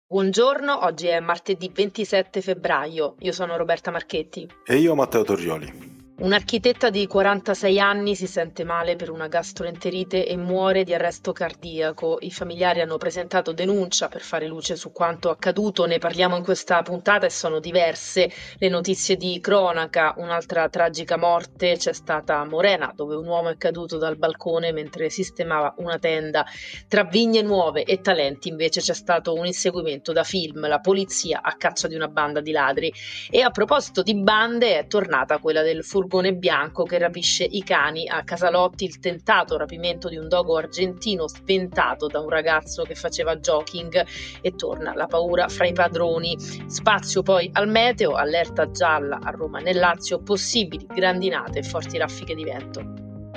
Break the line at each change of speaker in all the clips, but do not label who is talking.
Buongiorno, oggi è martedì 27 febbraio, io sono Roberta Marchetti.
E io Matteo Torrioli.
Un'architetta di 46 anni si sente male per una gastroenterite e muore di arresto cardiaco. I familiari hanno presentato denuncia per fare luce su quanto accaduto. Ne parliamo in questa puntata e sono diverse le notizie di cronaca. Un'altra tragica morte c'è stata a Morena, dove un uomo è caduto dal balcone mentre sistemava una tenda. Tra Vigne Nuove e Talenti invece c'è stato un inseguimento da film, la polizia a caccia di una banda di ladri. E a proposito di bande, è tornata quella del furgone bianco che rapisce i cani. A Casalotti il tentato rapimento di un dogo argentino sventato da un ragazzo che faceva jogging, e torna la paura fra i padroni. Spazio poi al meteo, allerta gialla a Roma e nel Lazio, possibili grandinate e forti raffiche di vento.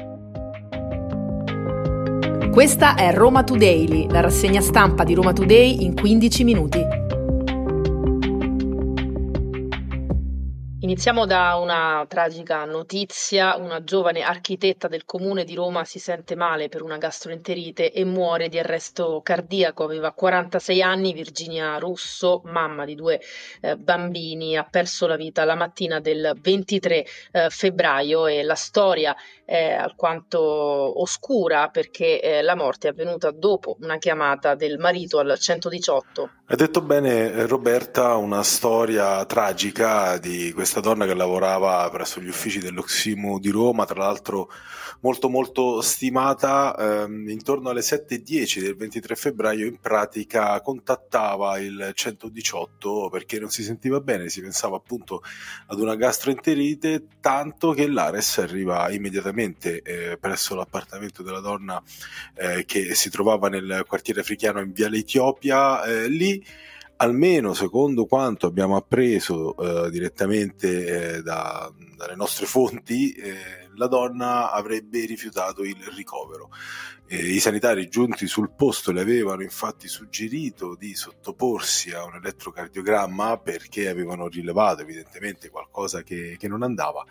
Questa è Roma Today, la rassegna stampa di Roma Today in 15 minuti.
Iniziamo da una tragica notizia. Una giovane architetta del comune di Roma si sente male per una gastroenterite e muore di arresto cardiaco. Aveva 46 anni. Virginia Russo, mamma di due bambini, ha perso la vita la mattina del 23 febbraio e la storia è alquanto oscura perché la morte è avvenuta dopo una chiamata del marito al 118.
Hai detto bene, Roberta, una storia tragica di questa donna che lavorava presso gli uffici dell'Oximo di Roma, tra l'altro molto stimata. Intorno alle 7:10 del 23 febbraio in pratica contattava il 118 perché non si sentiva bene, si pensava appunto ad una gastroenterite, tanto che l'ARES arriva immediatamente presso l'appartamento della donna che si trovava nel quartiere africano in Viale Etiopia. Lì, almeno secondo quanto abbiamo appreso direttamente dalle nostre fonti, la donna avrebbe rifiutato il ricovero. I sanitari giunti sul posto le avevano infatti suggerito di sottoporsi a un elettrocardiogramma perché avevano rilevato evidentemente qualcosa che non andava,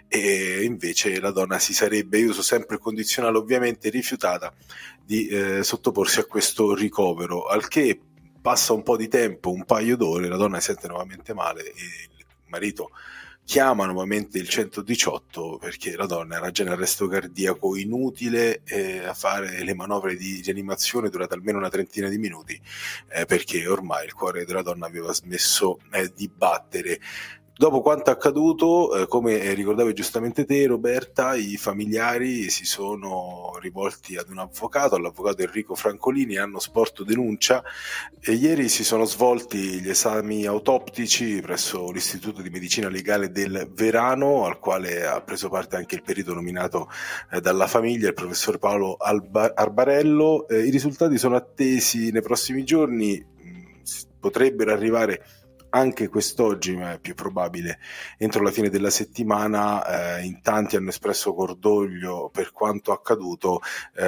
e invece la donna si sarebbe, io uso sempre il condizionale ovviamente, rifiutata di sottoporsi a questo ricovero, al che passa un po' di tempo, un paio d'ore, la donna si sente nuovamente male e il marito chiama nuovamente il 118 perché la donna era già in arresto cardiaco. Inutile a fare le manovre di rianimazione, durate almeno una trentina di minuti perché ormai il cuore della donna aveva smesso di battere. Dopo quanto accaduto, come ricordavi giustamente te, Roberta, i familiari si sono rivolti ad un avvocato, all'avvocato Enrico Francolini, e hanno sporto denuncia. E ieri si sono svolti gli esami autoptici presso l'Istituto di Medicina Legale del Verano, al quale ha preso parte anche il perito nominato dalla famiglia, il professor Paolo Arbarello. I risultati sono attesi nei prossimi giorni, potrebbero arrivare anche quest'oggi, ma è più probabile entro la fine della settimana. In tanti hanno espresso cordoglio per quanto accaduto,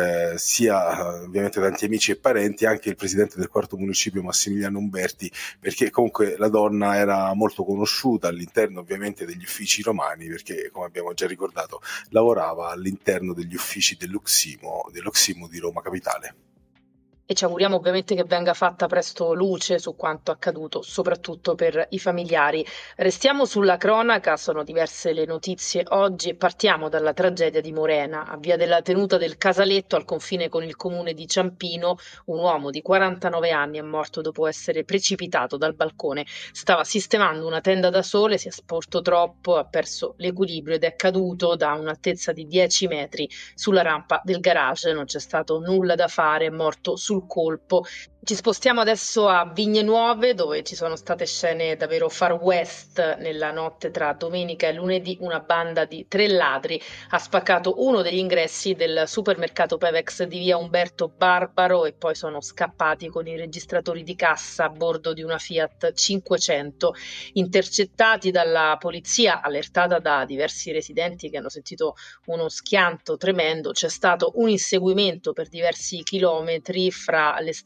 sia ovviamente tanti amici e parenti, anche il presidente del quarto municipio Massimiliano Umberti, perché comunque la donna era molto conosciuta all'interno ovviamente degli uffici romani, perché come abbiamo già ricordato lavorava all'interno degli uffici dell'Oximo di Roma Capitale.
E ci auguriamo ovviamente che venga fatta presto luce su quanto accaduto, soprattutto per i familiari. Restiamo sulla cronaca, sono diverse le notizie oggi e partiamo dalla tragedia di Morena. A Via della Tenuta del Casaletto, al confine con il comune di Ciampino, un uomo di 49 anni è morto dopo essere precipitato dal balcone. Stava sistemando una tenda da sole, si è sporto troppo, ha perso l'equilibrio ed è caduto da un'altezza di 10 metri sulla rampa del garage. Non c'è stato nulla da fare, è morto sul colpo. Ci spostiamo adesso a Vigne Nuove, dove ci sono state scene davvero far west. Nella notte tra domenica e lunedì una banda di 3 ladri ha spaccato uno degli ingressi del supermercato Pevex di via Umberto Barbaro e poi sono scappati con i registratori di cassa a bordo di una Fiat 500. Intercettati dalla polizia, allertata da diversi residenti che hanno sentito uno schianto tremendo, c'è stato un inseguimento per diversi chilometri fra le strade del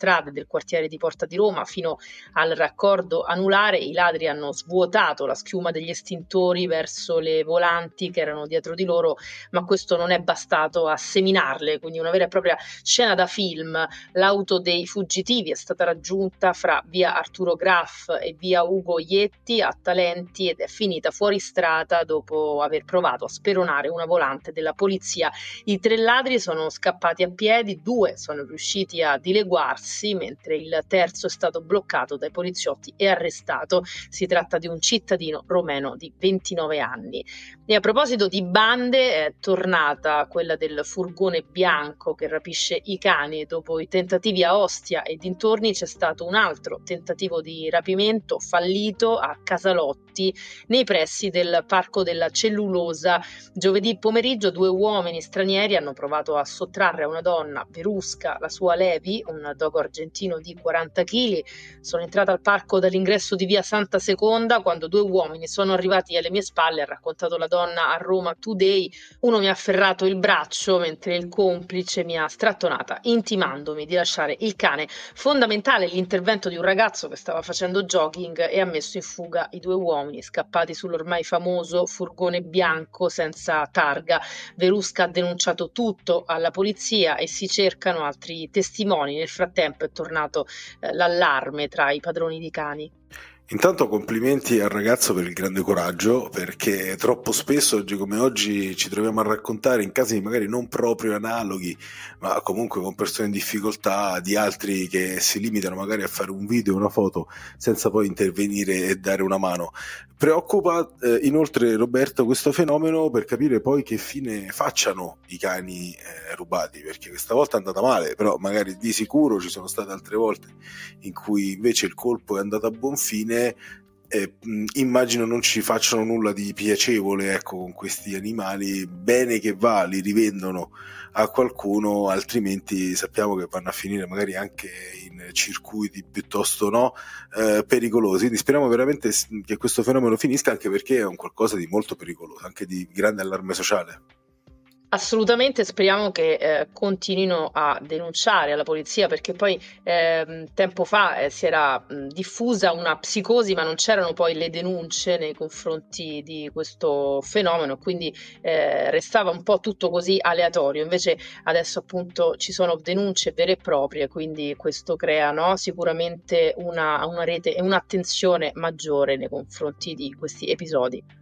del quartiere di Porta di Roma. Fino al raccordo anulare i ladri hanno svuotato la schiuma degli estintori verso le volanti che erano dietro di loro, ma questo non è bastato a seminarle, quindi una vera e propria scena da film. L'auto dei fuggitivi è stata raggiunta fra via Arturo Graff e via Ugo Ietti a Talenti ed è finita fuori strada dopo aver provato a speronare una volante della polizia. I 3 ladri sono scappati a piedi, 2 sono riusciti a dileguarsi, mentre il terzo è stato bloccato dai poliziotti e arrestato. Si tratta di un cittadino romeno di 29 anni. E a proposito di bande, è tornata quella del furgone bianco che rapisce i cani. Dopo i tentativi a Ostia e dintorni c'è stato un altro tentativo di rapimento fallito a Casalotti, nei pressi del Parco della Cellulosa. Giovedì pomeriggio 2 uomini stranieri hanno provato a sottrarre a una donna, Verusca, la sua Levi, un dogo argentino di 40 kg. Sono entrata al parco dall'ingresso di via Santa Seconda quando 2 uomini sono arrivati alle mie spalle, ha raccontato la donna a Roma Today. Uno mi ha afferrato il braccio mentre il complice mi ha strattonata, intimandomi di lasciare il cane. Fondamentale l'intervento di un ragazzo che stava facendo jogging e ha messo in fuga i 2 uomini scappati sull'ormai famoso furgone bianco senza targa. Verusca ha denunciato tutto alla polizia e si cercano altri testimoni. Nel frattempo è tornato l'allarme tra i padroni di cani.
Intanto complimenti al ragazzo per il grande coraggio, perché troppo spesso oggi come oggi ci troviamo a raccontare in casi magari non proprio analoghi, ma comunque con persone in difficoltà, di altri che si limitano magari a fare un video, una foto, senza poi intervenire e dare una mano. Preoccupa inoltre, Roberto, questo fenomeno per capire poi che fine facciano i cani rubati, perché questa volta è andata male, però magari di sicuro ci sono state altre volte in cui invece il colpo è andato a buon fine. Immagino non ci facciano nulla di piacevole, ecco, con questi animali. Bene che va, li rivendono a qualcuno, altrimenti sappiamo che vanno a finire magari anche in circuiti piuttosto pericolosi. Quindi speriamo veramente che questo fenomeno finisca, anche perché è un qualcosa di molto pericoloso, anche di grande allarme sociale.
Assolutamente, speriamo che continuino a denunciare alla polizia, perché poi tempo fa si era diffusa una psicosi, ma non c'erano poi le denunce nei confronti di questo fenomeno, quindi restava un po' tutto così aleatorio. Invece adesso appunto ci sono denunce vere e proprie, quindi questo crea sicuramente una rete e un'attenzione maggiore nei confronti di questi episodi.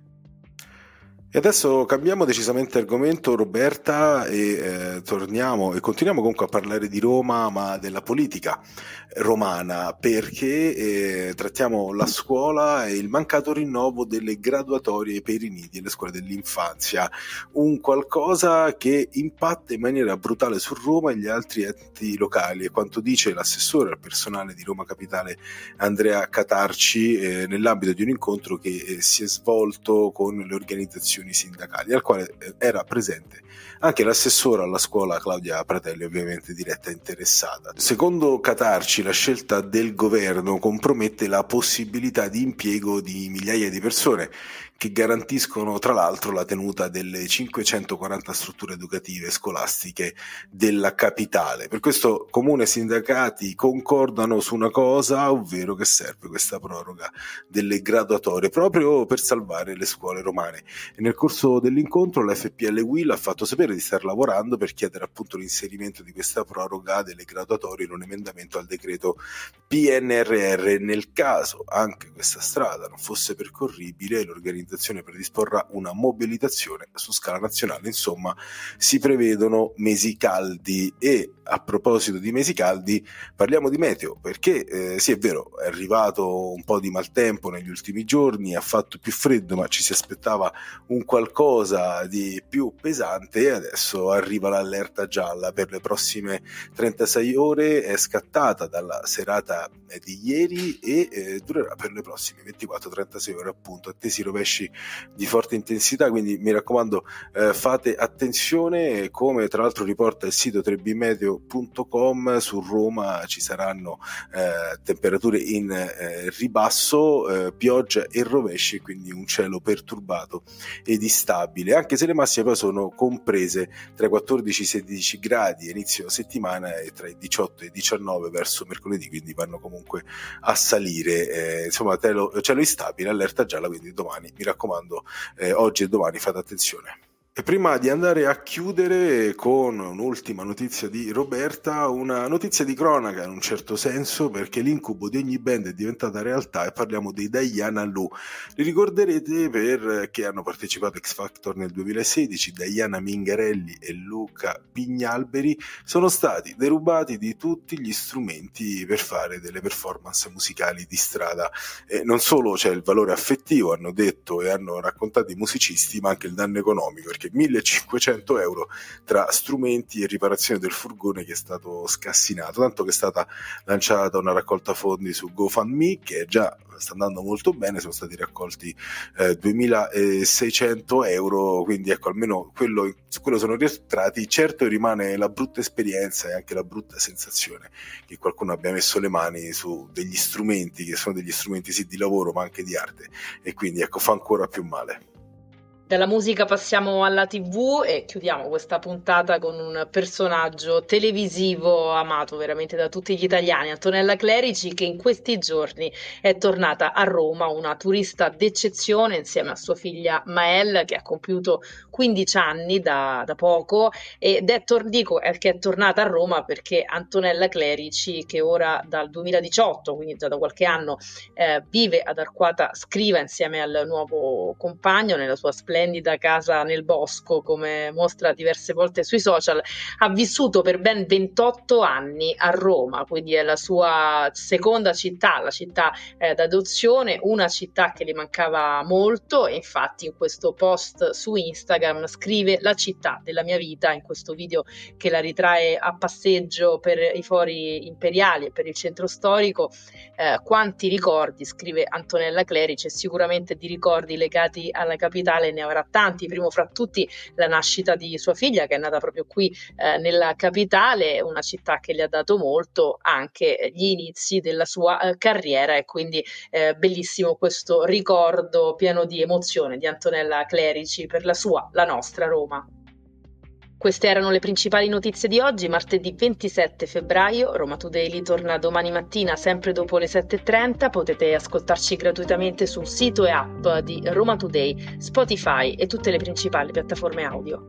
E adesso cambiamo decisamente argomento, Roberta, e torniamo e continuiamo comunque a parlare di Roma, ma della politica romana, perché trattiamo la scuola e il mancato rinnovo delle graduatorie per i nidi e le scuole dell'infanzia, un qualcosa che impatta in maniera brutale su Roma e gli altri enti locali, e quanto dice l'assessore al personale di Roma Capitale Andrea Catarci nell'ambito di un incontro che si è svolto con le organizzazioni sindacali, al quale era presente anche l'assessora alla scuola Claudia Pratelli, ovviamente diretta interessata. Secondo Catarci, la scelta del governo compromette la possibilità di impiego di migliaia di persone che garantiscono tra l'altro la tenuta delle 540 strutture educative e scolastiche della capitale. Per questo comune e sindacati concordano su una cosa, ovvero che serve questa proroga delle graduatorie proprio per salvare le scuole romane. E nel corso dell'incontro la FPL UIL ha fatto sapere di star lavorando per chiedere appunto l'inserimento di questa proroga delle graduatorie in un emendamento al decreto PNRR. Nel caso anche questa strada non fosse percorribile, l'organizzazione predisporrà una mobilitazione su scala nazionale. Insomma, si prevedono mesi caldi. E a proposito di mesi caldi parliamo di meteo, perché sì, è vero, è arrivato un po' di maltempo negli ultimi giorni, ha fatto più freddo, ma ci si aspettava un qualcosa di più pesante, e adesso arriva l'allerta gialla per le prossime 36 ore, è scattata dalla serata di ieri e durerà per le prossime 24-36 ore, appunto, attesi rovesci rovesci di forte intensità, quindi mi raccomando, fate attenzione. Come tra l'altro riporta il sito 3bmeteo.com, su Roma ci saranno temperature in ribasso, pioggia e rovesci, quindi un cielo perturbato ed instabile, anche se le massime poi sono comprese tra i 14 e i 16 gradi inizio settimana e tra i 18 e i 19 verso mercoledì, quindi vanno comunque a salire, insomma cielo instabile, allerta gialla, quindi domani, mi raccomando, oggi e domani fate attenzione. E prima di andare a chiudere con un'ultima notizia di Roberta, una notizia di cronaca in un certo senso, perché l'incubo di ogni band è diventata realtà, e parliamo dei Diana Lu. Li ricorderete perché hanno partecipato a X Factor nel 2016. Diana Mingarelli e Luca Pignalberi sono stati derubati di tutti gli strumenti per fare delle performance musicali di strada. E non solo c'è il valore affettivo, hanno detto e hanno raccontato i musicisti, ma anche il danno economico, perché 1.500 euro tra strumenti e riparazione del furgone che è stato scassinato, tanto che è stata lanciata una raccolta fondi su GoFundMe che già sta andando molto bene, sono stati raccolti 2.600 euro, quindi ecco, almeno su quello sono rientrati. Certo rimane la brutta esperienza e anche la brutta sensazione che qualcuno abbia messo le mani su degli strumenti che sono degli strumenti sì di lavoro ma anche di arte, e quindi ecco, fa ancora più male.
Dalla musica passiamo alla TV e chiudiamo questa puntata con un personaggio televisivo amato veramente da tutti gli italiani, Antonella Clerici, che in questi giorni è tornata a Roma, una turista d'eccezione insieme a sua figlia Mael, che ha compiuto 15 anni da poco, ed che è tornata a Roma perché Antonella Clerici, che ora dal 2018, quindi già da qualche anno, vive ad Arquata Scriva insieme al nuovo compagno nella sua splendida casa nel bosco, come mostra diverse volte sui social, ha vissuto per ben 28 anni a Roma, quindi è la sua seconda città, la città d'adozione, una città che le mancava molto, e infatti in questo post su Instagram scrive: la città della mia vita, in questo video che la ritrae a passeggio per i fori imperiali e per il centro storico. Quanti ricordi, scrive Antonella Clerici, e sicuramente di ricordi legati alla capitale ne avrà tanti, primo fra tutti la nascita di sua figlia, che è nata proprio qui nella capitale, una città che le ha dato molto, anche gli inizi della sua carriera, e quindi bellissimo questo ricordo pieno di emozione di Antonella Clerici per la nostra Roma. Queste erano le principali notizie di oggi, martedì 27 febbraio. Roma Today torna domani mattina, sempre dopo le 7:30. Potete ascoltarci gratuitamente sul sito e app di Roma Today, Spotify e tutte le principali piattaforme audio.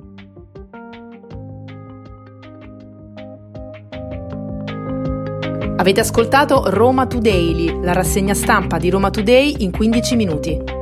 Avete ascoltato Roma Today, la rassegna stampa di Roma Today in 15 minuti.